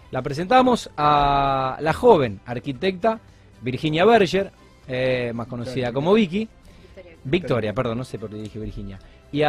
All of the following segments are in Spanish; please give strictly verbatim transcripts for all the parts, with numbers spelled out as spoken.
La presentamos a la joven arquitecta Virginia Berger, eh, más conocida como Vicky. Victoria. Victoria, perdón, no sé por qué dije Virginia. Y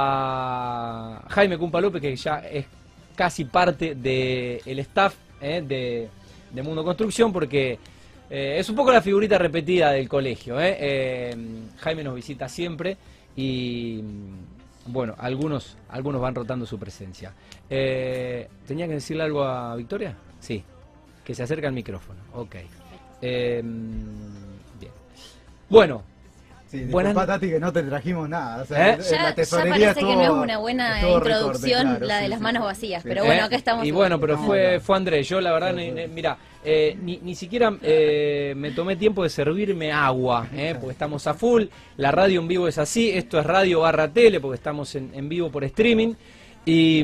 a Jaime Cumpa López, que ya es casi parte del staff eh, de, de Mundo Construcción, porque eh, es un poco la figurita repetida del colegio. Eh. Eh, Jaime nos visita siempre y... Bueno, algunos, algunos van rotando su presencia. Eh, ¿Tenía que decirle algo a Victoria? Sí, que se acerque al micrófono. Ok. Eh, bien. Bueno. Sí, disculpa, buenas... Tati, que no te trajimos nada. O sea, ¿Eh? ya, la tesorería ya parece estuvo, que no es una buena introducción, recorte, claro, la de sí, las sí, manos sí. vacías. Sí. Pero bueno, ¿Eh? acá estamos. Y bueno, pero fue, no. fue Andrés. Yo la verdad, sí, sí. mira, eh, ni, ni siquiera eh, me tomé tiempo de servirme agua, eh, porque estamos a full. La radio en vivo es así. Esto es radio barra tele, porque estamos en, en vivo por streaming. Y,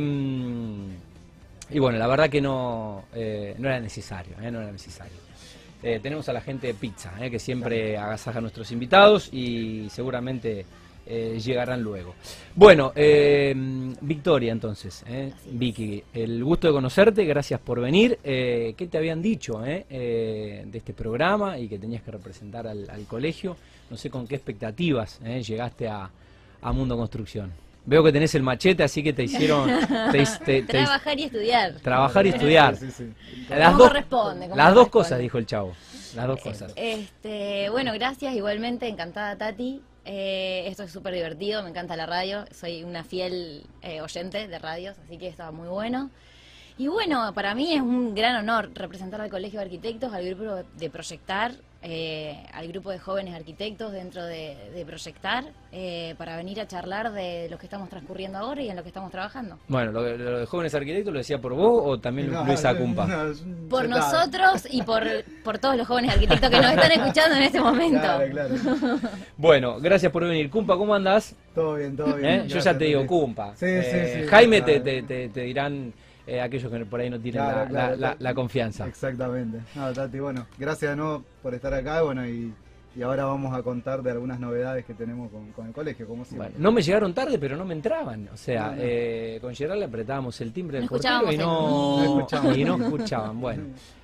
y bueno, la verdad que no, eh, no era necesario, eh, no era necesario. Eh, tenemos a la gente de pizza, eh, que siempre agasaja a nuestros invitados y seguramente eh, llegarán luego. Bueno, eh, Victoria entonces, eh, Vicky, el gusto de conocerte, gracias por venir. Eh, ¿Qué te habían dicho eh, eh, de este programa y que tenías que representar al, al colegio? No sé con qué expectativas eh, llegaste a, a Mundo Construcción. Veo que tenés el machete, así que te hicieron... Te, te, te, trabajar y estudiar. Trabajar y estudiar. Sí, sí, sí. Las ¿Cómo dos, corresponde? ¿Cómo las corresponde? dos cosas, dijo el chavo. Las dos cosas. Este, bueno, gracias, igualmente, encantada Tati. Eh, esto es súper divertido, me encanta la radio. Soy una fiel eh, oyente de radios, así que estaba muy bueno. Y bueno, para mí es un gran honor representar al Colegio de Arquitectos, al grupo de Proyectar, eh, al grupo de jóvenes arquitectos dentro de, de Proyectar, eh, para venir a charlar de lo que estamos transcurriendo ahora y en lo que estamos trabajando. Bueno, ¿lo, lo de jóvenes arquitectos lo decía por vos o también lo incluís a Cumpa? No, no, por nosotros y por, por todos los jóvenes arquitectos que nos están escuchando en este momento. Claro, claro. Bueno, gracias por venir. Cumpa, ¿cómo andás? Todo bien, todo bien. ¿Eh? Yo ya te digo Cumpa. Sí, eh, sí, sí. Jaime te, te, te, te dirán... Eh, aquellos que por ahí no tienen claro, la, claro, la, la, la confianza. Exactamente. No, Tati, bueno, gracias de nuevo por estar acá, bueno, y, y ahora vamos a contar de algunas novedades que tenemos con, con el colegio, como siempre. Bueno, no me llegaron tarde, pero no me entraban. O sea, no, no. Eh, con Gerard le apretábamos el timbre del no portero y no, no escuchaban. Y no escuchaban. Bueno,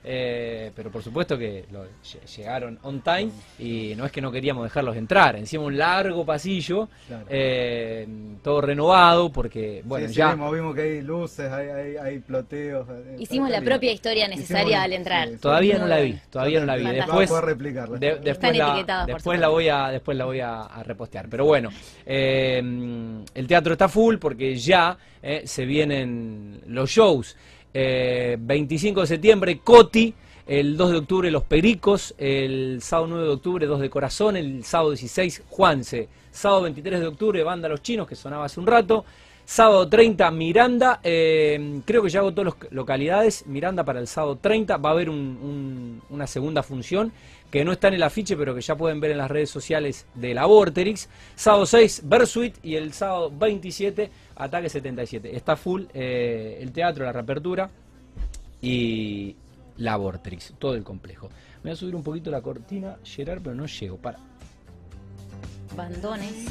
eh, pero por supuesto que lo, llegaron on time y no es que no queríamos dejarlos entrar. Encima un largo pasillo, claro. eh, todo renovado, porque, bueno, sí, ya... Sí, vimos que hay luces, hay, hay, hay ploteos. Hicimos la propia historia necesaria Hicimos, al entrar. Sí, todavía no la vi, todavía no la vi. Después, replicarla. De, después, la, después la voy a después la voy a, a repostear. Pero bueno, eh, el teatro está full porque ya eh, se vienen los shows. Eh, veinticinco de septiembre, Coti. El dos de octubre, Los Pericos. El sábado nueve de octubre, Dos de Corazón. El sábado dieciséis, Juanse. Sábado veintitrés de octubre, Banda Los Chinos, que sonaba hace un rato. Sábado treinta, Miranda. Eh, creo que ya hago todas las localidades. Miranda para el sábado treinta. Va a haber un, un, una segunda función que no está en el afiche, pero que ya pueden ver en las redes sociales de la Vorterix. Sábado seis, Versuit. Y el sábado veintisiete, Ataque setenta y siete. Está full eh, el teatro, la reapertura y la Vorterix, todo el complejo. Me voy a subir un poquito la cortina, Gerard, pero no llego. Para. Bandones.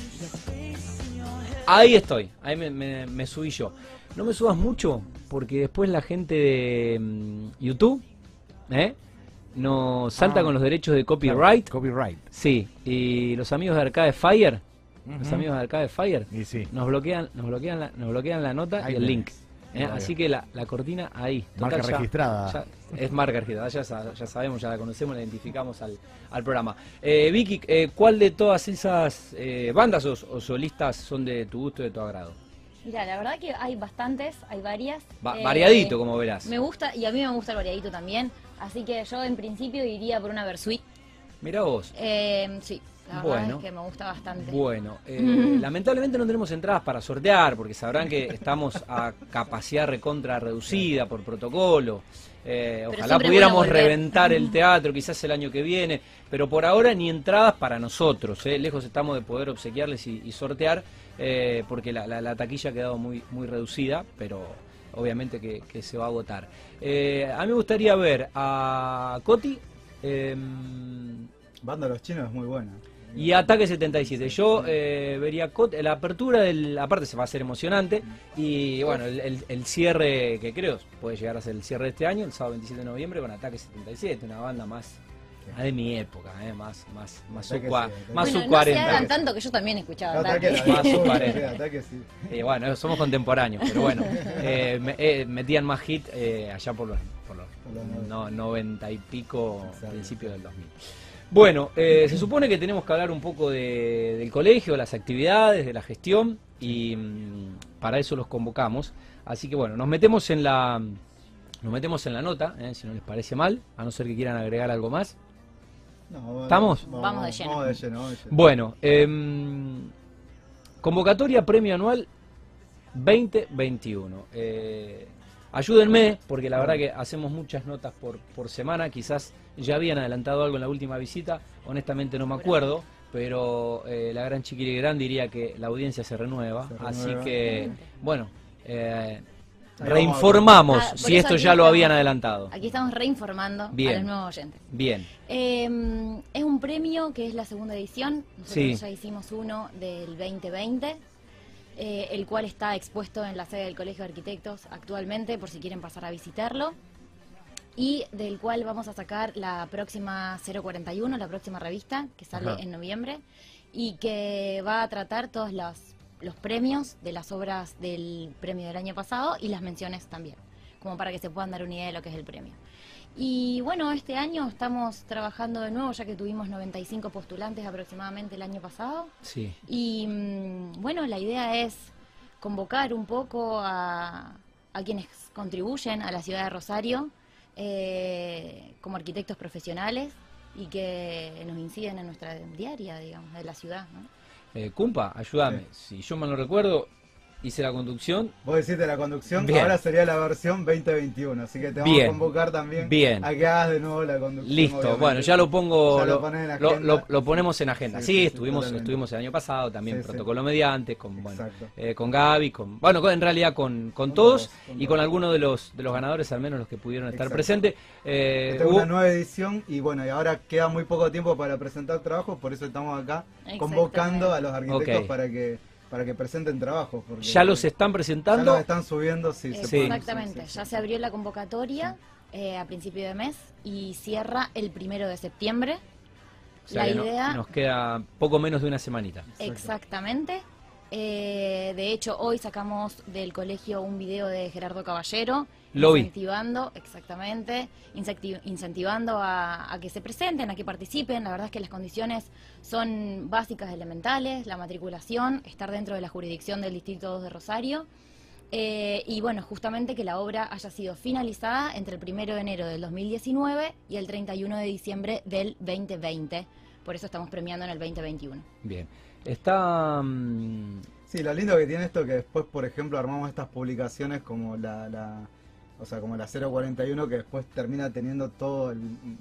Ahí estoy, ahí me, me, me subí yo. No me subas mucho, porque después la gente de um, YouTube ¿eh? nos salta ah, con los derechos de copyright. Claro, copyright. Sí, y los amigos de Arcade Fire, uh-huh. los amigos de Arcade Fire, y sí. nos bloquean, nos bloquean la, nos bloquean la nota ahí y el link. ¿Eh? Así que la, la cortina ahí. Marca Total, ya, registrada. Ya, es marca registrada, ya, ya sabemos, ya la conocemos, la identificamos al, al programa. Eh, Vicky, eh, ¿cuál de todas esas eh, bandas o, o solistas son de tu gusto y de tu agrado? Mira, la verdad que hay bastantes, hay varias. Va, eh, variadito, como verás. Me gusta, y a mí me gusta el variadito también, así que yo en principio iría por una Versuit. Mira vos. Eh, sí. La verdad bueno, es que me gusta bastante. Bueno, eh, lamentablemente no tenemos entradas para sortear, porque sabrán que estamos a capacidad recontra reducida por protocolo. Eh, ojalá pudiéramos reventar el teatro, quizás el año que viene, pero por ahora ni entradas para nosotros. Eh. Lejos estamos de poder obsequiarles y, y sortear, eh, porque la, la, la taquilla ha quedado muy, muy reducida, pero obviamente que, que se va a agotar. Eh, a mí me gustaría ver a Coti. Eh, Banda Los Chinos es muy buena. y Ataque setenta y siete. Yo eh, vería Cot- la apertura, del, aparte se va a hacer emocionante, y bueno, el, el, el cierre que creo puede llegar a ser el cierre de este año, el sábado veintisiete de noviembre, con Ataque setenta y siete, una banda más de mi época, eh, más, más, más sub, Ataque sí, más Bueno, sub no se hagan cuarenta. tanto que yo también escuchaba Ataque, Ataque. Más sub sí, cuarenta. ataque sí. Y bueno, somos contemporáneos, pero bueno, eh, me- eh, metían más hit eh, allá por los, por los Por los no, noventa y pico, Exacto. principios del dos mil. Bueno, eh, se supone que tenemos que hablar un poco de- del colegio, de las actividades, de la gestión, y mm, para eso los convocamos. Así que bueno, nos metemos en la, nos metemos en la nota, eh, si no les parece mal, a no ser que quieran agregar algo más. No, bueno, ¿Estamos? Vamos de lleno. Vamos de lleno, vamos de lleno. Bueno, em, convocatoria premio anual veinte veintiuno. Eh, ayúdenme, porque la verdad que hacemos muchas notas por, por semana. Quizás ya habían adelantado algo en la última visita, honestamente no me acuerdo, pero eh, la gran Chiquiri Gran diría que la audiencia se renueva. Se Así renueva. que, bueno, eh, Ahí reinformamos Ah, por si eso esto aquí ya lo estamos- habían adelantado. Aquí estamos reinformando Bien. a los nuevos oyentes. Bien, Eh, es un premio que es la segunda edición. Nosotros Sí. ya hicimos uno del veinte veinte, eh, el cual está expuesto en la sede del Colegio de Arquitectos actualmente, por si quieren pasar a visitarlo. Y del cual vamos a sacar la próxima cero cuarenta y uno, la próxima revista, que sale Ajá. en noviembre, y que va a tratar todos los, los premios de las obras del premio del año pasado y las menciones también, como para que se puedan dar una idea de lo que es el premio. Y bueno, este año estamos trabajando de nuevo, ya que tuvimos noventa y cinco postulantes aproximadamente el año pasado. sí. Y mm, bueno, la idea es convocar un poco a, a quienes contribuyen a la ciudad de Rosario eh, como arquitectos profesionales y que nos inciden en nuestra diaria, digamos, de la ciudad, ¿no? Eh, Cumpa, ayúdame. Si yo mal no recuerdo, hice la conducción. Vos decís la conducción, Bien. ahora sería la versión veinte veintiuno, así que te vamos Bien. a convocar también Bien. a que hagas de nuevo la conducción. Listo, obviamente. bueno, ya lo pongo, Ya lo lo, pones en lo- agenda. lo- lo ponemos en agenda. Sí, Sí, sí, sí, estuvimos, totalmente. estuvimos el año pasado, también Sí, sí. protocolo mediante, con bueno, Exacto. eh, con Gaby, con bueno, con- en realidad con, con Con todos todos, con y con todos. algunos de los de los ganadores, al menos los que pudieron estar Exacto. presentes. Eh, Esta es hubo- una nueva edición y bueno, y ahora queda muy poco tiempo para presentar trabajos, por eso estamos acá convocando a los arquitectos Ok. para que para que presenten trabajos. Porque ya los están ya presentando. los están subiendo, sí. se Sí. pueden- Exactamente, sí, sí, ya sí. se abrió la convocatoria eh, a principio de mes y cierra el primero de septiembre. O sea la que no- idea, nos queda poco menos de una semanita. exactamente. Eh, de hecho, hoy sacamos del colegio un video de Gerardo Caballero Lo vi. incentivando, exactamente, incenti- incentivando a, a que se presenten, a que participen. La verdad es que las condiciones son básicas, elementales, la matriculación, estar dentro de la jurisdicción del Distrito dos de Rosario. Eh, y bueno, justamente que la obra haya sido finalizada entre el primero de enero del dos mil diecinueve y el treinta y uno de diciembre del veinte veinte. Por eso estamos premiando en el veinte veintiuno. Bien. Está mm, Sí, lo lindo que tiene esto que después, por ejemplo, armamos estas publicaciones como la, la o sea, como la cero cuarenta y uno, que después termina teniendo todo el,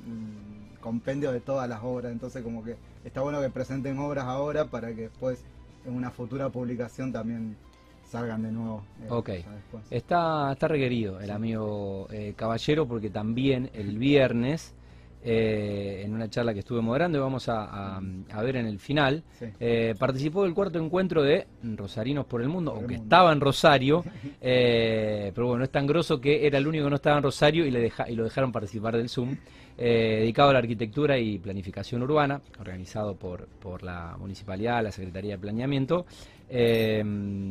el compendio de todas las obras. Entonces, como que está bueno que presenten obras ahora para que después en una futura publicación también salgan de nuevo. eh, Ok. ya después. Está, está requerido el amigo eh, Caballero, porque también el viernes, eh, en una charla que estuve moderando y vamos a, a- a ver en el final, Sí. eh, participó del cuarto encuentro de Rosarinos por el Mundo, Por el aunque mundo. estaba en Rosario, eh, pero bueno, es tan grosso que era el único que no estaba en Rosario y, le deja- y lo dejaron participar del Zoom, eh, dedicado a la arquitectura y planificación urbana, organizado por, por la Municipalidad, la Secretaría de Planeamiento. Eh,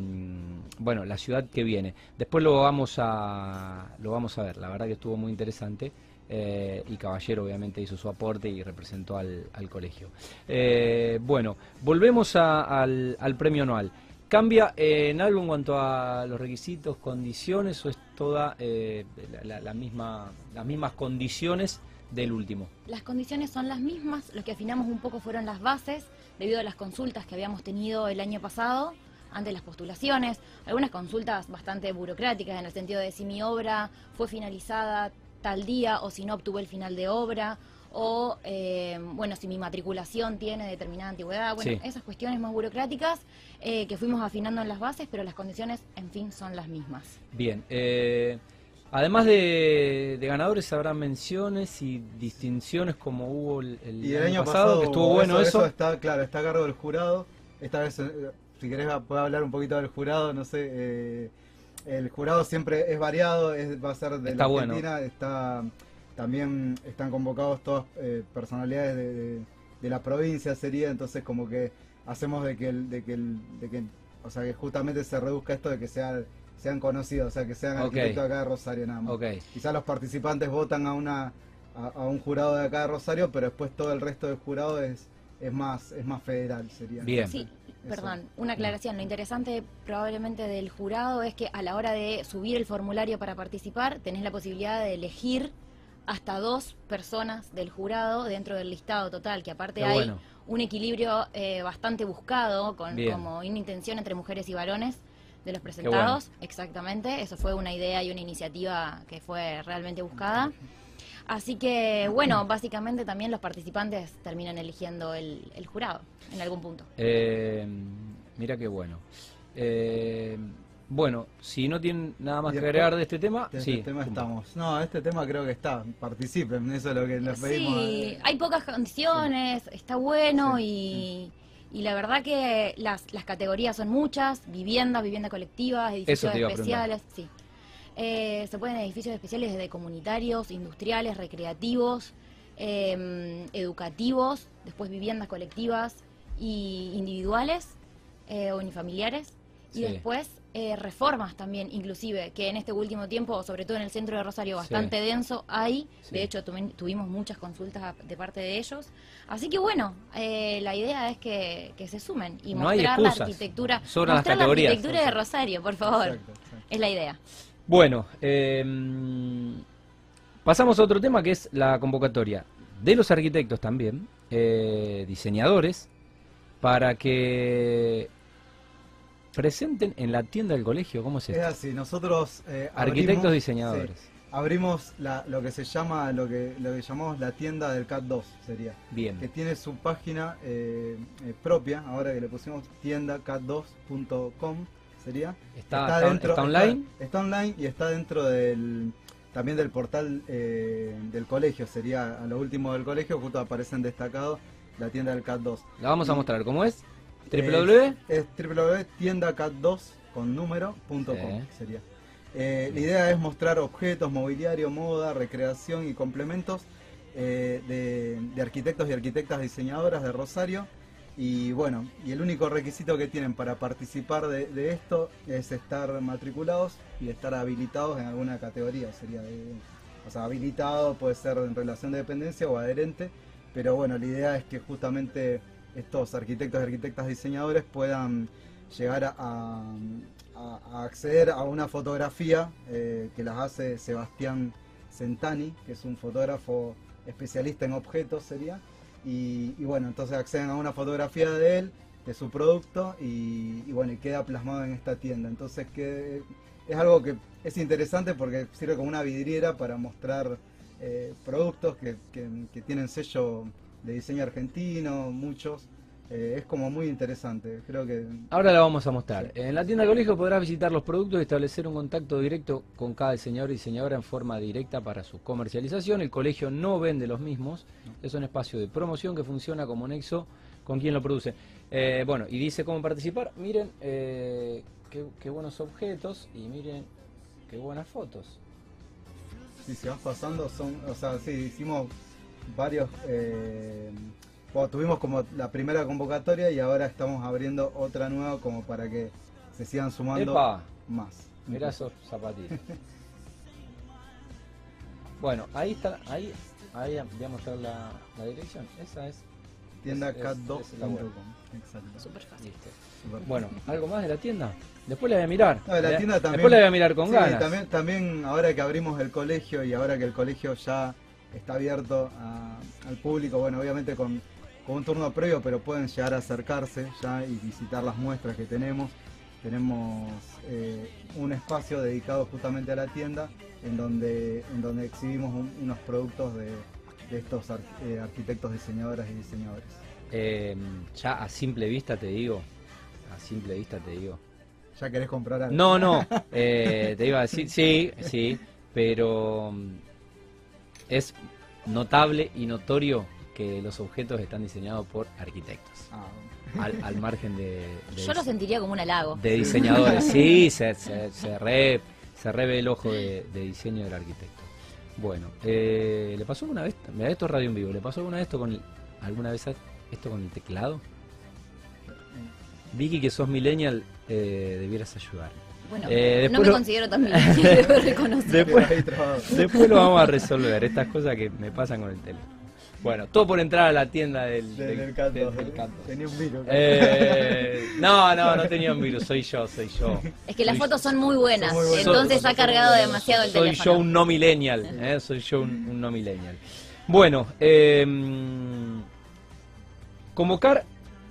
bueno, la ciudad que viene. Después lo vamos a, lo vamos a ver, la verdad que estuvo muy interesante. Eh, y Caballero obviamente hizo su aporte y representó al, al colegio. Eh, bueno, volvemos a- al, al premio anual. ¿Cambia eh, en algo en cuanto a los requisitos, condiciones, o es toda eh, la, la- la misma, las mismas condiciones del último? Las condiciones son las mismas, lo que afinamos un poco fueron las bases, debido a las consultas que habíamos tenido el año pasado, ante las postulaciones, algunas consultas bastante burocráticas, en el sentido de si mi obra fue finalizada tal día, o si no obtuve el final de obra, o eh, bueno, si mi matriculación tiene determinada antigüedad, bueno, Sí. esas cuestiones más burocráticas eh, que fuimos afinando en las bases, pero las condiciones, en fin, son las mismas. Bien, eh, Además de, de ganadores, habrá menciones y distinciones como hubo el, el, y el año, año pasado, pasado, que estuvo bueno eso. eso. Eso está, claro, está a cargo del jurado. Esta vez, si querés, puedo hablar un poquito del jurado, no sé. Eh, el jurado siempre es variado, es, va a ser de está la bueno. Argentina. Está, también están convocados todas eh, personalidades de, de, de la provincia, sería. Entonces, como que hacemos de que, el, de que, el, de que o sea, que justamente se reduzca esto de que sea, sean conocidos, o sea, que sean okay. arquitectos de acá de Rosario nada más. Okay. Quizás los participantes votan a una a, a un jurado de acá de Rosario, pero después todo el resto del jurado es, es más es más federal, sería. Bien. Sí, perdón, una aclaración. Lo interesante probablemente del jurado es que a la hora de subir el formulario para participar, tenés la posibilidad de elegir hasta dos personas del jurado dentro del listado total, que aparte Qué hay bueno. un equilibrio eh, bastante buscado, con Bien. como una intención entre mujeres y varones de los presentados. Bueno. Exactamente, eso fue una idea y una iniciativa que fue realmente buscada. Así que, bueno, básicamente también los participantes terminan eligiendo el, el jurado en algún punto. Eh, mira qué bueno. Eh, bueno, si no tienen nada más que agregar de este tema, de sí. Este tema punto. estamos. No, este tema creo que está. Participen, eso es lo que les pedimos. Sí, hay pocas condiciones, sí. Está bueno sí, y, sí. y la verdad que las, las categorías son muchas: viviendas, viviendas colectivas, edificios especiales. Sí. Eh, se pueden edificios especiales desde comunitarios, industriales, recreativos, eh, educativos, después viviendas colectivas y individuales eh, unifamiliares y Sí. después eh, reformas también, inclusive, que en este último tiempo, sobre todo en el centro de Rosario, bastante Sí. denso hay. Sí. De hecho, tuvi- tuvimos muchas consultas de parte de ellos. Así que bueno, eh, la idea es que, que se sumen y No hay mostrar la excusas. arquitectura, Sobran las mostrar la categorías. arquitectura de Rosario, por favor. Exacto, exacto. Es la idea. Bueno, eh, pasamos a otro tema que es la convocatoria de los arquitectos también, eh, diseñadores, para que presenten en la tienda del colegio. ¿Cómo es Es esto? así, nosotros eh, Arquitectos abrimos, diseñadores. sí, abrimos la, lo que se llama, lo que, lo que llamamos la tienda del C A T dos, sería. Bien. Que tiene su página eh, eh, propia, ahora que le pusimos tienda cat dos punto com, sería. Está, está, está online. Está, está online y está dentro del también del portal eh, del colegio, sería a lo último del colegio, justo aparecen destacados la tienda del C A T dos. La vamos a mostrar. ¿Cómo es? Eh, www. Es w w w punto tienda cat dos con número punto com, Sí. sería. Eh, la idea es mostrar objetos, mobiliario, moda, recreación y complementos eh, de, de arquitectos y arquitectas diseñadoras de Rosario. Y bueno, y el único requisito que tienen para participar de, de esto es estar matriculados y estar habilitados en alguna categoría. Sería de, o sea, habilitado puede ser en relación de dependencia o adherente, pero bueno, la idea es que justamente estos arquitectos y arquitectas diseñadores puedan llegar a, a, a acceder a una fotografía eh, que las hace Sebastián Centani, que es un fotógrafo especialista en objetos, sería. Y, y bueno, entonces acceden a una fotografía de él, de su producto, y, y bueno, y queda plasmado en esta tienda. Entonces que es algo que es interesante porque sirve como una vidriera para mostrar eh, productos que, que, que tienen sello de diseño argentino, muchos. Eh, es como muy interesante, creo que... Ahora la vamos a mostrar. Sí. En la tienda del colegio podrás visitar los productos y establecer un contacto directo con cada diseñador y diseñadora en forma directa para su comercialización. El colegio no vende los mismos, es un espacio de promoción que funciona como nexo con quien lo produce. Eh, bueno, y dice cómo participar. Miren eh, qué, qué buenos objetos y miren qué buenas fotos. Si se vas pasando, son, o sea, sí, hicimos varios... Eh, Bueno, tuvimos como la primera convocatoria y ahora estamos abriendo otra nueva como para que se sigan sumando ¡Epa! más. Mirá esos zapatitos. Bueno, ahí está, ahí, ahí voy a mostrar la, la dirección. Esa es tienda es- cat dos es la punto web. com. Exacto. Súper fácil. Listo. Super. Bueno, ¿algo más de la tienda? Después la voy a mirar. No, la Le- tienda también, Después la voy a mirar con sí, ganas. También, también ahora que abrimos el colegio y ahora que el colegio ya está abierto a- al público, bueno, obviamente con, con un turno previo, pero pueden llegar a acercarse ya y visitar las muestras que tenemos. Tenemos eh, un espacio dedicado justamente a la tienda en donde, en donde exhibimos un- unos productos de, de estos ar- eh, arquitectos, diseñadoras y diseñadores. Eh, ya a simple vista te digo, a simple vista te digo. ¿Ya querés comprar algo? No, no, eh, te iba a decir, sí, sí, pero es notable y notorio que los objetos están diseñados por arquitectos. Ah, Al, al margen de, de Yo lo sentiría como un halago. de diseñadores. Sí, se, se, se, re, se re ve el ojo de, de diseño del arquitecto. Bueno, eh, ¿le pasó alguna vez? Mira, esto es radio en vivo. ¿Le pasó alguna vez esto con el, alguna vez esto con el teclado? Vicky, que sos millennial, eh, debieras ayudar. Bueno, Eh, no me lo- considero tan millennial, debo reconocer. Después, después lo vamos a resolver, estas cosas que me pasan con el teléfono. Bueno, todo por entrar a la tienda del, del, del- del canto. del- del canto. Tenía un virus. Eh, no, no, no tenía un virus, soy yo, soy yo. Es que las Soy- fotos son muy buenas, Son muy buenas. entonces Son- ha cargado son- demasiado el Soy teléfono. yo un no millennial, ¿eh? Soy yo un, un no millennial. Bueno, eh, convocar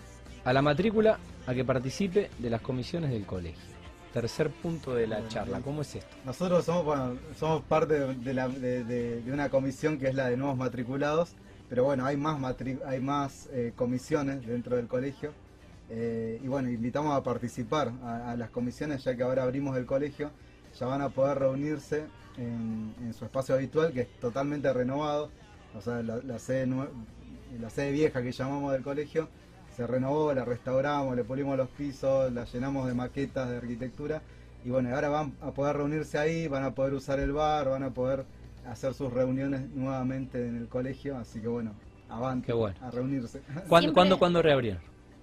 a la matrícula a que participe de las comisiones del colegio. Tercer punto de la charla, ¿cómo es esto? Nosotros somos, bueno, somos parte de, de la- de- de- de una comisión que es la de nuevos matriculados, pero bueno, hay más, matri- hay más eh, comisiones dentro del colegio. Eh, y bueno, invitamos a participar a, a las comisiones, ya que ahora abrimos el colegio, ya van a poder reunirse en, en su espacio habitual, que es totalmente renovado. O sea, la, la sede, nue- la sede vieja que llamamos del colegio se renovó, la restauramos, le pulimos los pisos, la llenamos de maquetas de arquitectura. Y bueno, ahora van a poder reunirse ahí, van a poder usar el bar, van a poder hacer sus reuniones nuevamente en el colegio. Así que bueno, avante Qué bueno. a reunirse. ¿Cuándo, Siempre- ¿cuándo, ¿cuándo reabrieron?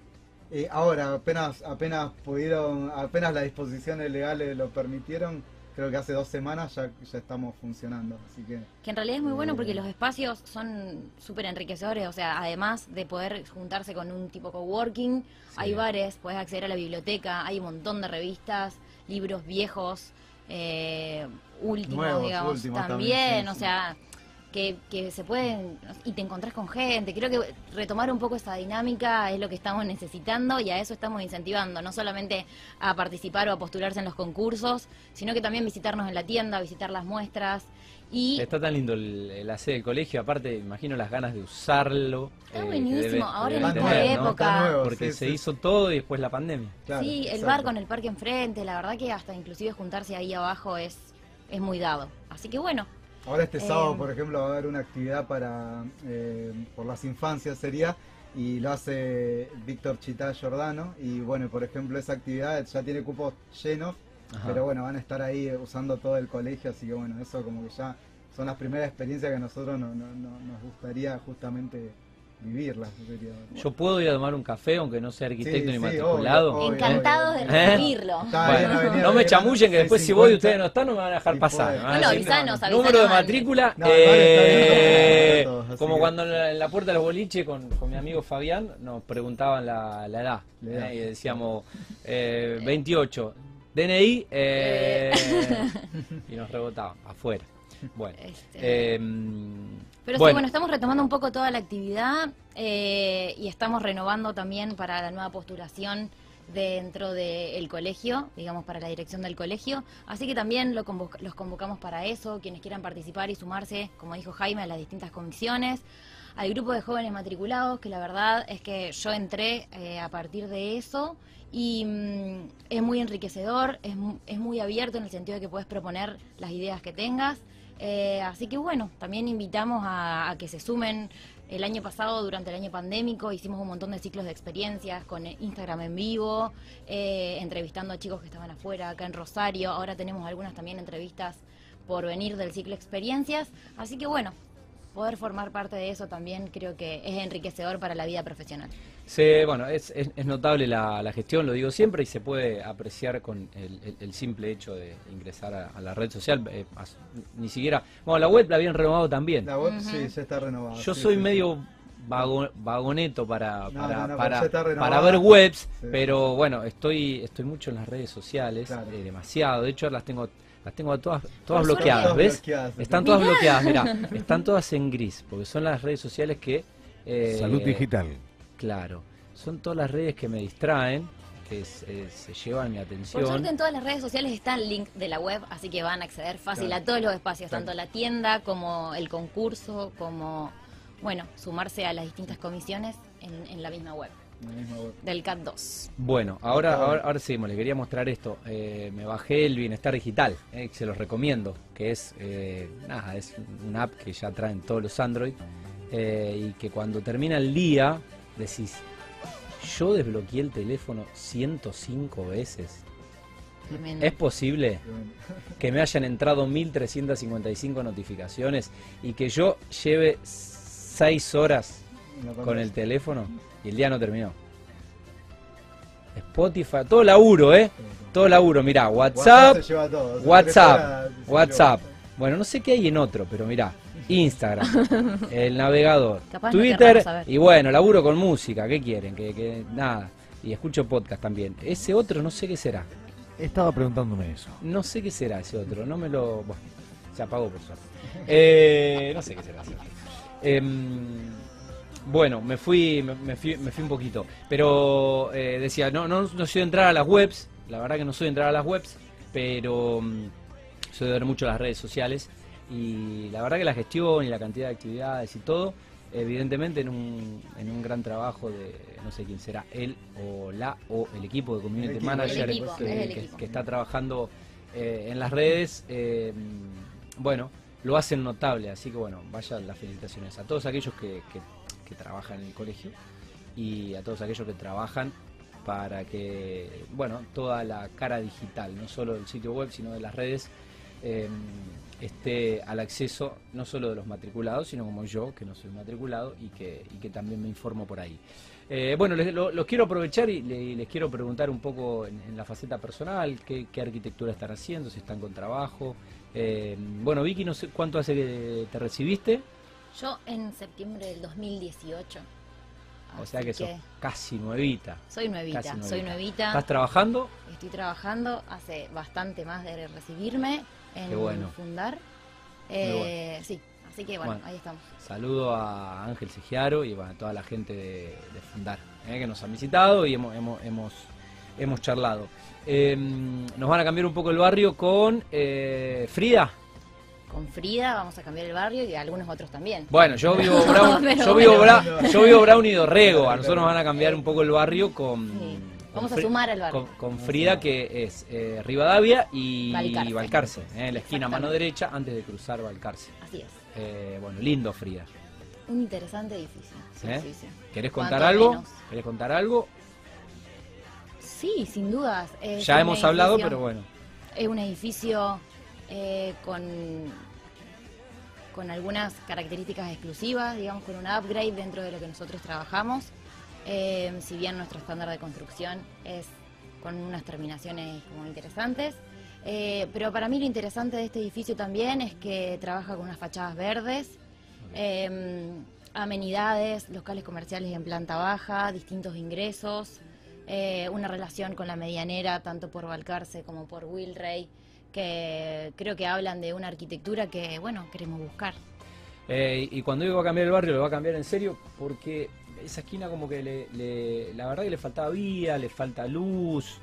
Eh, ahora, apenas apenas pudieron, apenas las disposiciones legales lo permitieron, creo que hace dos semanas ya, ya estamos funcionando. Así que Que en realidad es muy bueno porque los espacios son súper enriquecedores, o sea, además de poder juntarse con un tipo coworking, hay bares, puedes acceder a la biblioteca, hay un montón de revistas, libros viejos, eh, últimos, Nuevos, digamos, últimos también, también, sí, o sí. sea, que, que se pueden, y te encontrás con gente, creo que retomar un poco esa dinámica es lo que estamos necesitando y a eso estamos incentivando, no solamente a participar o a postularse en los concursos, sino que también visitarnos en la tienda, visitar las muestras. Y Está tan lindo el, la sede del colegio, aparte imagino las ganas de usarlo. Está eh, que buenísimo, debe- ahora deben en esta tener, ¿no? época. Está nuevo, Porque sí, se sí. hizo todo y después la pandemia. claro, sí, el exacto. bar con el parque enfrente, la verdad que hasta inclusive juntarse ahí abajo es, es muy dado. Así que bueno, Ahora este sábado, Eh, por ejemplo, va a haber una actividad para eh, por las infancias sería, y lo hace Víctor Chitá Giordano, y bueno, por ejemplo, esa actividad ya tiene cupos llenos, Ajá. pero bueno, van a estar ahí usando todo el colegio, así que bueno, eso como que ya son las primeras experiencias que a nosotros no, no- no- nos gustaría justamente vivirlas. sería. Yo puedo ir a tomar un café, aunque no sea arquitecto Sí, ni sí, matriculado. obvio, obvio. encantados de ¿Eh? recibirlo. Está ahí en Bueno, Avenida no me Belgrano, chamullen que después si voy y ustedes no están no me van a dejar Y pasar. puede. me van a Bueno, decir, avisanos, avisanos. número de antes. matrícula, No, igual está eh, bien, todos, así como que- cuando en la, en la puerta de los boliches con, con mi amigo Fabián nos preguntaban la, la edad, La edad. eh, y decíamos eh, veintiocho, D N I, eh, y nos rebotaban afuera. Bueno, Este, eh, Pero sí, bueno, estamos retomando un poco toda la actividad eh, y estamos renovando también para la nueva postulación dentro del colegio, digamos, para la dirección del colegio. Así que también lo convoca- los convocamos para eso, quienes quieran participar y sumarse, como dijo Jaime, a las distintas comisiones. Al grupo de jóvenes matriculados, que la verdad es que yo entré eh, a partir de eso y mm, es muy enriquecedor, es, mu- es muy abierto en el sentido de que puedes proponer las ideas que tengas. Eh, así que bueno, también invitamos a, a que se sumen. El año pasado, durante el año pandémico, hicimos un montón de ciclos de experiencias con Instagram en vivo, eh, entrevistando a chicos que estaban afuera, acá en Rosario. Ahora tenemos algunas también entrevistas por venir del ciclo experiencias. Así que bueno, poder formar parte de eso también creo que es enriquecedor para la vida profesional. se, bueno, es, es, es notable la, la gestión, lo digo siempre, y se puede apreciar con el, el- el simple hecho de ingresar a, a la red social. eh, as- ni siquiera, bueno, la web la habían renovado también. La web Ujú. sí, ya está renovada. Yo sí, soy sí, medio sí. vago- vagoneto para, No, para, no, no, para, pero ya está renovada. para ver webs, Sí. pero bueno, estoy estoy mucho en las redes sociales, Claro. eh, demasiado. De hecho, las tengo las tengo a todas todas Por suerte. bloqueadas, Todas ¿ves? bloqueadas. Están todas bloqueadas, mira, están todas en gris, porque son las redes sociales que eh, Salud digital. Claro, son todas las redes que me distraen, que se, se llevan mi Por atención. suerte en todas las redes sociales está el link de la web, así que van a acceder fácil Claro. a todos los espacios, Claro. tanto la tienda como el concurso, como, bueno, sumarse a las distintas comisiones en, en la misma web. en la misma web. Del C A T dos. Bueno, ahora, ahora, ahora seguimos, les quería mostrar esto. Eh, me bajé el Bienestar Digital, eh, que se los recomiendo, que es, eh, nada, es una app que ya traen todos los Android, eh, y que cuando termina el día decís, yo desbloqueé el teléfono ciento cinco veces. Tremendo. ¿Es posible que me hayan entrado mil trescientas cincuenta y cinco notificaciones y que yo lleve seis horas con el teléfono y el día no terminó? Spotify, todo laburo, ¿eh? Todo laburo, mirá, WhatsApp, WhatsApp se lleva todo, o sea, WhatsApp, tres horas se WhatsApp. lleva. Bueno, no sé qué hay en otro, pero mirá, Instagram, el navegador, Capaz no Twitter, querramos saber. y bueno, laburo con música, ¿qué quieren? Que, que nada, y escucho podcast también. Ese otro no sé qué será. Estaba preguntándome eso. No sé qué será ese otro, no me lo... Bueno, se apagó por suerte. Eh, no sé qué será ese otro. Em, bueno, me fui, me, me fui me fui un poquito, pero eh, decía, no, no, no soy de entrar a las webs, la verdad que no soy de entrar a las webs, pero um, soy de ver mucho las redes sociales y la verdad que la gestión y la cantidad de actividades y todo, evidentemente en un, en un gran trabajo de, no sé quién será, él o la o el equipo de Community El equipo, Manager el equipo, que, es el que- equipo. que está trabajando eh, en las redes, eh, bueno, lo hacen notable, así que bueno, vayan las felicitaciones a todos aquellos que, que, que trabajan en el colegio y a todos aquellos que trabajan para que, bueno, toda la cara digital, no solo del sitio web, sino de las redes, eh, esté al acceso no solo de los matriculados, sino como yo, que no soy matriculado y que, y que también me informo por ahí. Eh, bueno, les, lo- los quiero aprovechar y le- les quiero preguntar un poco en, en la faceta personal, qué, qué arquitectura están haciendo, si están con trabajo. Eh, bueno, Vicky, no sé cuánto hace que te recibiste, Yo en septiembre del dos mil dieciocho. o sea Así que sos casi nuevita. Soy nuevita, Casi soy nuevita. ¿Estás trabajando? Estoy trabajando hace bastante más de recibirme en Qué bueno. fundar. Eh, Sí, así que bueno, Bueno. ahí estamos. Saludo a Ángel Segiaro y bueno, a toda la gente de, de Fundar, eh, que nos han visitado y hemos, hemos, hemos, hemos charlado. Eh, nos van a cambiar un poco el barrio con eh, Frida. Con Frida vamos a cambiar el barrio y algunos otros también. Bueno, yo vivo Brown, Pero yo vivo bueno. Bra- yo vivo Brown y Dorrego. A nosotros nos van a cambiar un poco el barrio con, Sí. con Vamos a Fri- sumar al barrio. Con, con Frida, que es eh, Rivadavia y Balcarce. Balcarce, eh, en la esquina a mano Exactamente. derecha antes de cruzar Balcarce. Así es. Eh, bueno, lindo Frida. Un interesante edificio. Sí, ¿Eh? sí, sí. ¿Querés Cuanto contar algo? menos. ¿Querés contar algo? Sí, sin dudas. Es Ya un hemos hablado, edificio- pero bueno. Es un edificio eh, con, con algunas características exclusivas, digamos, con un upgrade dentro de lo que nosotros trabajamos. Eh, si bien nuestro estándar de construcción es con unas terminaciones como interesantes. Eh, pero para mí lo interesante de este edificio también es que trabaja con unas fachadas verdes, eh, amenidades, locales comerciales en planta baja, distintos ingresos, eh, una relación con la medianera, tanto por Balcarce como por Wilray, que creo que hablan de una arquitectura que, bueno, queremos buscar. Eh, y cuando digo va a cambiar el barrio, lo va a cambiar en serio, porque esa esquina como que le, le- la verdad que le faltaba vida, le falta luz.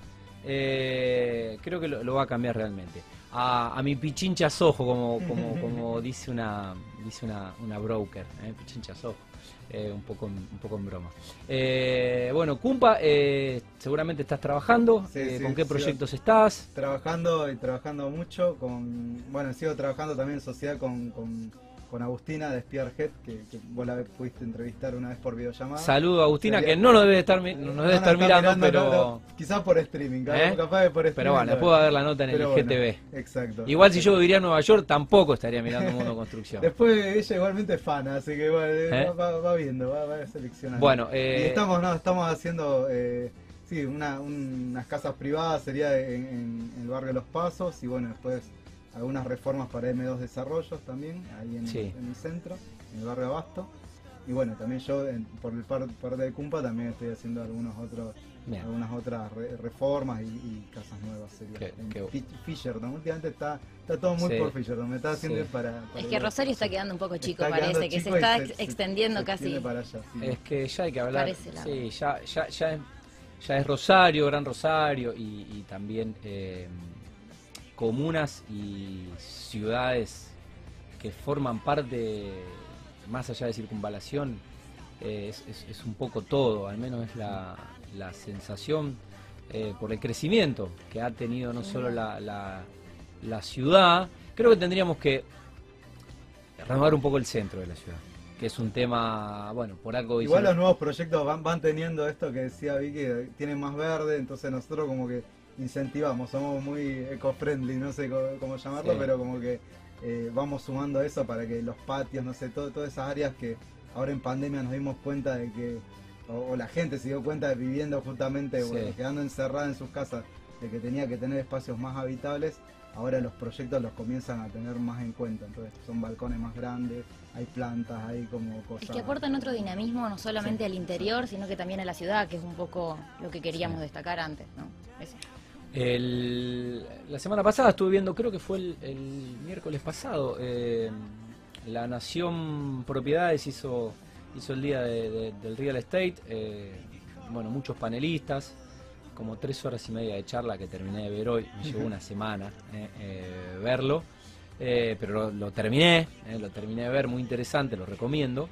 Eh, creo que lo, lo va a cambiar realmente. A, a mi Pichincha Sojo, como, como, como dice una dice una, una broker, ¿eh? Pichincha Sojo. Eh, un poco en- un poco en broma. Eh, bueno, Cumpa, eh, seguramente estás trabajando. Sí, eh, sí, ¿Con qué sigo- proyectos estás? Trabajando y trabajando mucho con, bueno, sigo trabajando también en sociedad con, con, con Agustina de Spearhead, que, que vos la pudiste entrevistar una vez por videollamada. Saludo a Agustina, Sería- que no nos debe estar, mi- no nos debe No, estar no está mirando, pero... no, no, quizás por streaming, capaz, ¿Eh? capaz que por streaming. Pero bueno, lo puedo ve. ver la nota en el Pero G T V. bueno, exacto. Igual si yo viviría en Nueva York, tampoco estaría mirando Mundo Construcción. Después ella igualmente es fan, así que bueno, ¿Eh? va, va- va viendo, va, va seleccionando. Bueno, eh, y estamos, no, estamos haciendo eh, sí, una, unas casas privadas, sería en, en el barrio Los Pasos, y bueno, después algunas reformas para M dos Desarrollos también, ahí en, Sí. en el centro, en el barrio Abasto. Y bueno, también yo, en- por el par- parte de Cumpa, también estoy haciendo algunos otros Bien. algunas otras re- reformas y, y casas nuevas sería. Qué- En qué- Fi- Fisherton, últimamente está, está todo muy Sí. por Fisherton, me está haciendo Sí. para, para Es ir que a- Rosario está quedando un poco chico, Está quedando parece, que se chico y está se- ex- se- extendiendo se casi. extiende para allá, sí. es que ya hay que hablar. Parece la Sí, ya, ya, ya, es, ya es Rosario, Gran Rosario y, y también eh, comunas y ciudades que forman parte, más allá de circunvalación, eh, es, es, es un poco todo, al menos es la, la sensación eh, por el crecimiento que ha tenido no solo la, la, la ciudad. Creo que tendríamos que renovar un poco el centro de la ciudad, que es un tema, bueno, por algo... Igual hicieron... los nuevos proyectos van, van teniendo esto que decía Vicky, tienen más verde, entonces nosotros como que incentivamos, somos muy eco-friendly, no sé cómo, cómo llamarlo, sí. Pero como que eh, vamos sumando eso para que los patios, no sé, todo, todas esas áreas que ahora en pandemia nos dimos cuenta de que, o, o la gente se dio cuenta de viviendo justamente, sí. Bueno, quedando encerrada en sus casas, de que tenía que tener espacios más habitables. Ahora los proyectos los comienzan a tener más en cuenta, entonces son balcones más grandes, hay plantas, hay como cosas... Es que aportan otro dinamismo no solamente sí. al interior, sino que también a la ciudad, que es un poco lo que queríamos sí. destacar antes, ¿no? Eso. El, la semana pasada estuve viendo, creo que fue el, el miércoles pasado, eh, La Nación Propiedades hizo, hizo el día de, de, del real estate, eh, bueno, muchos panelistas, como tres horas y media de charla que terminé de ver hoy, me llevó una semana eh, eh, verlo, eh, pero lo, lo terminé, eh, lo terminé de ver, muy interesante, lo recomiendo,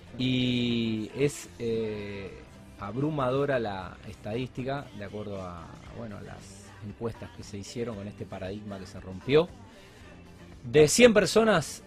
y es eh, abrumadora la estadística, de acuerdo a, bueno, a las encuestas que se hicieron con este paradigma que se rompió. De cien personas,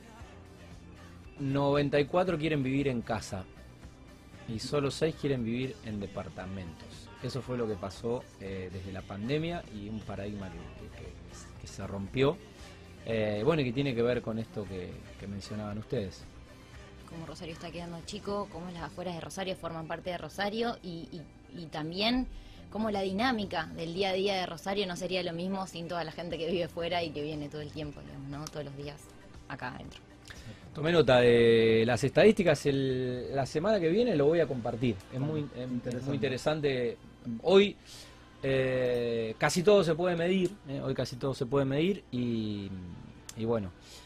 noventa y cuatro quieren vivir en casa, y solo seis quieren vivir en departamentos. Eso fue lo que pasó eh, desde la pandemia y un paradigma que, que, que, que se rompió. Eh, bueno, y que tiene que ver con esto que, que mencionaban ustedes. Como Rosario está quedando chico, cómo las afueras de Rosario forman parte de Rosario y, y, y también cómo la dinámica del día a día de Rosario no sería lo mismo sin toda la gente que vive fuera y que viene todo el tiempo, digamos, ¿no? Todos los días acá adentro. Tomé nota de las estadísticas, el, la semana que viene lo voy a compartir, es muy, es, interesante. Es muy interesante. Hoy eh, casi todo se puede medir, eh, hoy casi todo se puede medir y, y bueno,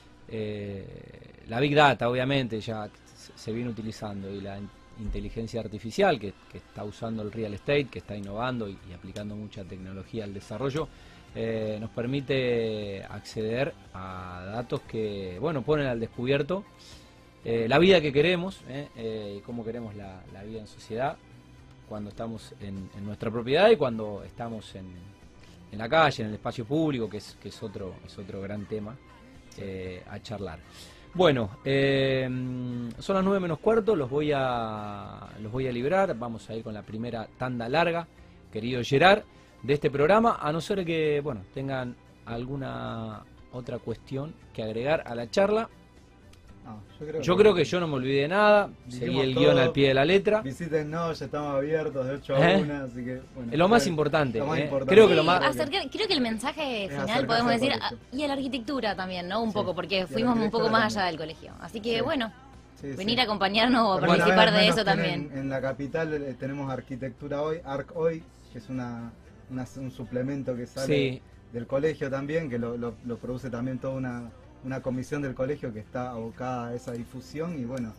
eh, la Big Data obviamente ya se viene utilizando y la inteligencia artificial que, que está usando el real estate, que está innovando y, y aplicando mucha tecnología al desarrollo, eh, nos permite acceder a datos que, bueno, ponen al descubierto eh, la vida que queremos eh, eh, y cómo queremos la, la vida en sociedad cuando estamos en, en nuestra propiedad y cuando estamos en, en la calle, en el espacio público, que es, que es, otro, es otro gran tema eh, a charlar. Bueno, eh, son las nueve menos cuarto, los voy a los voy a librar, vamos a ir con la primera tanda larga, querido Gerard, de este programa, a no ser que, bueno, tengan alguna otra cuestión que agregar a la charla. No, yo creo, yo que, creo que yo no me olvidé de nada, seguí el todo, guión al pie de la letra. Visítennos, ya estamos abiertos de ocho a ¿Eh? una, así que... Bueno, es lo más importante. Lo más ¿eh? importante. Creo, sí, que lo más... acercar, creo que el mensaje final podemos decir, a, y a la arquitectura también, ¿no? Un sí, poco, porque fuimos un poco más allá del colegio. Así que, sí. bueno, sí, venir sí. a acompañarnos o bueno, participar bueno, de eso también. En, en la capital eh, tenemos Arquitectura Hoy, Arc Hoy, que es una, una, un suplemento que sale sí. del colegio también, que lo, lo, lo produce también toda una... una comisión del colegio que está abocada a esa difusión y bueno,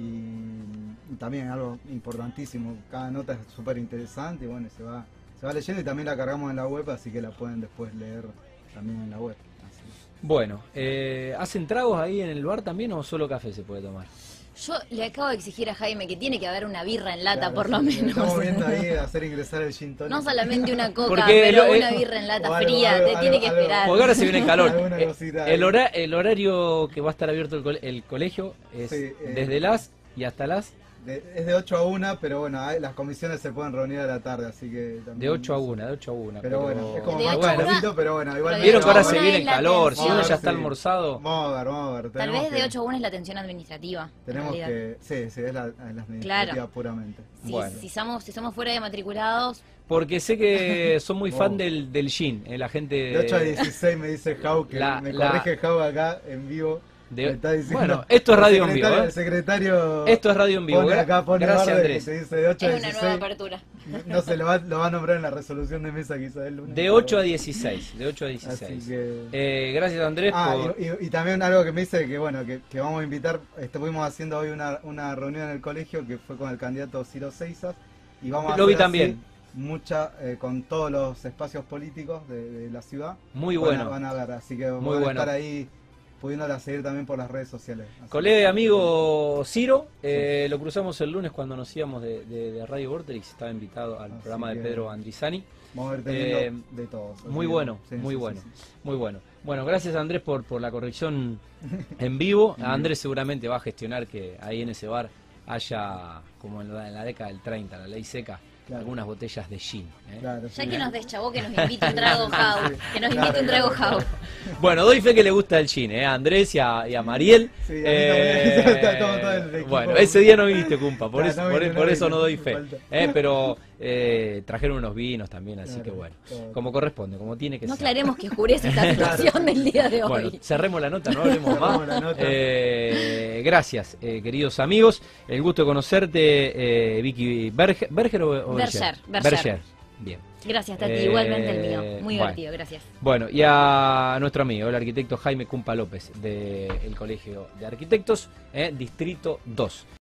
y, y también algo importantísimo, cada nota es súper interesante y bueno, se va, se va leyendo y también la cargamos en la web, así que la pueden después leer también en la web. Así. Bueno, eh, ¿hacen tragos ahí en el bar también o solo café se puede tomar? Yo le acabo de exigir a Jaime que tiene que haber una birra en lata, claro, por lo sí, menos. Estamos viendo ahí hacer ingresar el gin tonic. No solamente una coca, porque pero lo, una eh, birra en lata algo, fría, algo, te algo, tiene que algo, esperar. Porque ahora se viene el calor. Eh, el, hora, el horario que va a estar abierto el, cole, el colegio es sí, eh, desde las y hasta las... De, es de ocho a una, pero bueno, hay, las comisiones se pueden reunir a la tarde, así que... También, de ocho a una, de ocho a una. Pero, pero bueno, es como de más bueno. poquito, pero bueno, igual... Vieron que ahora se una viene el calor, si uno ya sí. está almorzado... Vamos a ver, vamos a ver. Tal vez que, de ocho a una es la atención administrativa. Tenemos que... Sí, sí, es la, la administrativa claro. puramente. Si, bueno. si, somos, si somos fuera de matriculados... Porque sé que son muy oh. fan del, del gin, eh, la gente... De ocho a dieciséis me dice Jau, que la, me la... corrige Jau acá en vivo. De... Está diciendo, bueno, esto es radio en vivo. ¿eh? El secretario. Esto es radio en vivo. Pone acá, pone Gracias, Andrés. Se dice de ocho a es dieciséis. una nueva apertura. No se lo va, lo va a nombrar en la resolución de mesa quizá el lunes. De ocho a dieciséis. De ocho a dieciséis. Así que... eh, gracias, Andrés. Ah, por... y, y, y también algo que me dice que bueno, que, que vamos a invitar. Estuvimos haciendo hoy una, una reunión en el colegio que fue con el candidato Ciro Seizas. Y vamos a lo vi hacer también. Mucha eh, con todos los espacios políticos de, de la ciudad. Muy bueno. Van a, van a ver, así que Muy van a bueno. estar ahí pudiéndola seguir también por las redes sociales. Así. Colega y amigo Ciro, eh, lo cruzamos el lunes cuando nos íbamos de, de, de Radio Vorterix, estaba invitado al Así programa de que Pedro Andrizani. Vamos a ver teniendo Eh, de todos. Muy así bueno, que, sí, muy sí, bueno, sí, sí. muy bueno. Bueno, gracias Andrés por, por la corrección en vivo. Andrés seguramente va a gestionar que ahí en ese bar haya, como en la, en la década del treinta, la ley seca, Claro. algunas botellas de gin. ¿eh? Claro, Ya sí. que nos deschavó, que nos invite un trago Jau. Que nos Claro, invite un trago claro, Jau. Bueno, doy fe que le gusta el gin, ¿eh? a Andrés y a, y a Mariel. Sí, a mí Eh, también. Estamos todo el equipo. bueno, ese día no viniste, Cumpa, por Claro, eso, no por, vine, por no eso vine, no doy me fe. falta. ¿eh? Pero eh, trajeron unos vinos también, así Claro, que bueno, todo. como corresponde, como tiene que No ser. aclaremos que oscurece esta situación del día de hoy. Bueno, cerremos la nota, no hablemos Cerramos más. la nota. Eh, gracias, eh, queridos amigos. El gusto de conocerte, eh, Vicky Berger, ¿Berger o, o Berger, Berger. Bien. Gracias, Tati. Eh, Igualmente el mío. Muy bueno. divertido, gracias. Bueno, y a nuestro amigo, el arquitecto Jaime Cumpa López, del Colegio de Arquitectos, eh, Distrito dos.